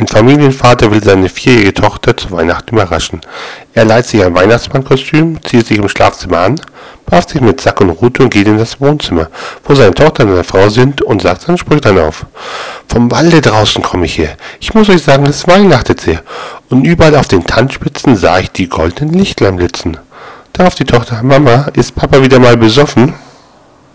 Ein Familienvater will seine 4-jährige Tochter zu Weihnachten überraschen. Er leiht sich ein Weihnachtsmannkostüm, zieht sich im Schlafzimmer an, pafft sich mit Sack und Rute und geht in das Wohnzimmer, wo seine Tochter und seine Frau sind, und sagt seinen Spruch dann auf. Vom Walde draußen komme ich her. Ich muss euch sagen, es weihnachtet sehr. Und überall auf den Tannenspitzen sah ich die goldenen Lichtlein blitzen. Darauf die Tochter: Mama, ist Papa wieder mal besoffen?